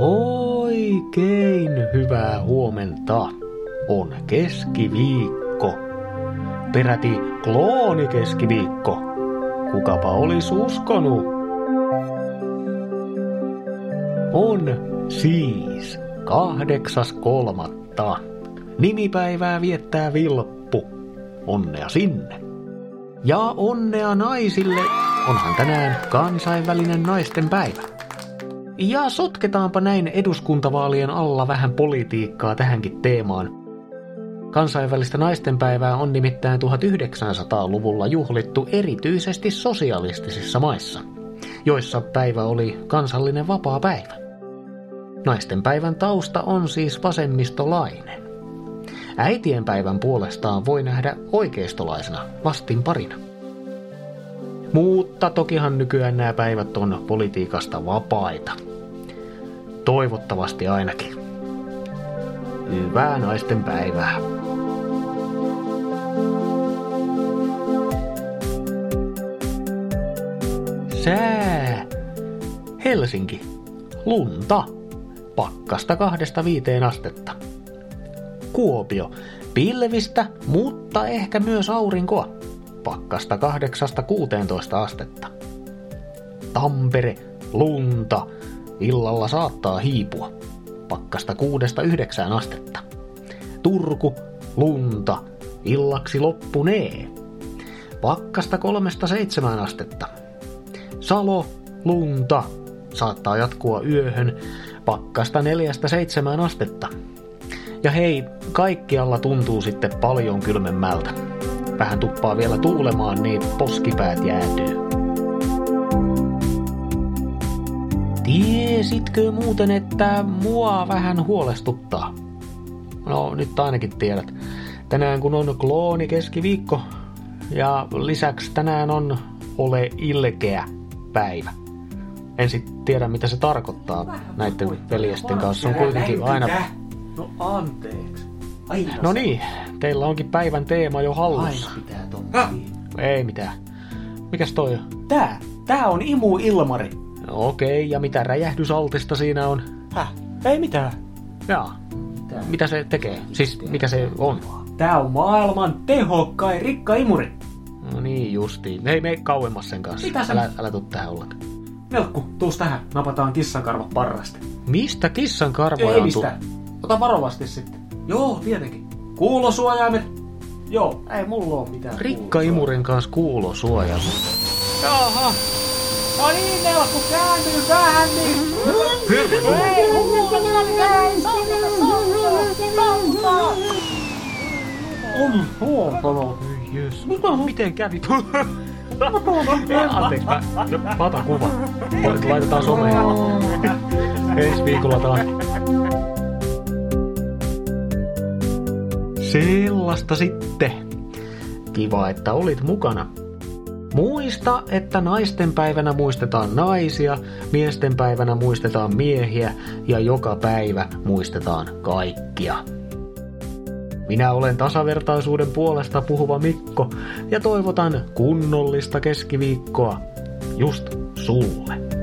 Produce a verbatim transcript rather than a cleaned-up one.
Oikein hyvää huomenta. On keskiviikko. Peräti kloonikeskiviikko. Kukapa olisi uskonut? On siis kahdeksas kolmatta. Nimipäivää viettää Vilppu. Onnea sinne. Ja onnea naisille. Onhan tänään kansainvälinen naisten päivä. Ja sotketaanpa näin eduskuntavaalien alla vähän politiikkaa tähänkin teemaan. Kansainvälistä naistenpäivää on nimittäin tuhatyhdeksänsataaluvulla juhlittu erityisesti sosialistisissa maissa, joissa päivä oli kansallinen vapaa päivä. Naistenpäivän tausta on siis vasemmistolainen. Äitienpäivän puolestaan voi nähdä oikeistolaisena vastinparina. Mutta tokihan nykyään nämä päivät on politiikasta vapaita. Toivottavasti ainakin. Hyvää naisten päivää. Sää. Helsinki. Lunta. Pakkasta kahdesta viiteen astetta. Kuopio. Pilvistä, mutta ehkä myös aurinkoa. Pakkasta kahdeksasta kuuteentoista astetta. Tampere. Lunta. Illalla saattaa hiipua. Pakkasta kuudesta yhdeksään astetta. Turku. Lunta. Illaksi loppunee. Pakkasta kolmesta seitsemään astetta. Salo. Lunta. Saattaa jatkua yöhön. Pakkasta neljästä seitsemään astetta. Ja hei, kaikkialla tuntuu sitten paljon kylmemmältä. Vähän tuppaa vielä tuulemaan, niin poskipäät jäätyy. Tiesitkö muuten, että mua vähän huolestuttaa? No, nyt ainakin tiedät. Tänään kun on kloonikeskiviikko ja lisäksi tänään on ole ilkeä päivä. En sit tiedä, mitä se tarkoittaa näiden veljesten kanssa. On kuitenkin aina... No anteeksi. Aina no niin, teillä onkin päivän teema jo hallussa. Aina pitää tommosia. Ei mitään. Mikäs toi on? Tää. Tää on Imu Ilmari. No, okei, ja mitä räjähdysaltista siinä on? Häh? Ei mitään. Jaa. Mitä se tekee? Siis mikä se on? Tää on maailman tehokkain rikka-imuri. No niin justiin. Hei, mene kauemmas sen kanssa. Mitä sä... Älä, älä tuu tähän ollenkaan. Melkku, tuus tähän. Napataan kissankarvat parrasta. Mistä kissan karvoja Ei on mistään. Ota varovasti sitten. Joo, tietenkin. Kuulosuojaimet. Joo, ei mulla oo mitään. Rikka-imurin kanssa kuulosuojaimet. Jaha. No niin, Melkku, kääntyy tähän niin. Hei, on huoltanut. Jes. Miten kävi? Anteeksi, mä, mä otan kuvan. Laitetaan someen. Ensi viikolla taas. Sellaista sitten. Kiva, että olit mukana. Muista, että naistenpäivänä muistetaan naisia, miestenpäivänä muistetaan miehiä ja joka päivä muistetaan kaikkia. Minä olen tasavertaisuuden puolesta puhuva Mikko ja toivotan kunnollista keskiviikkoa just sulle.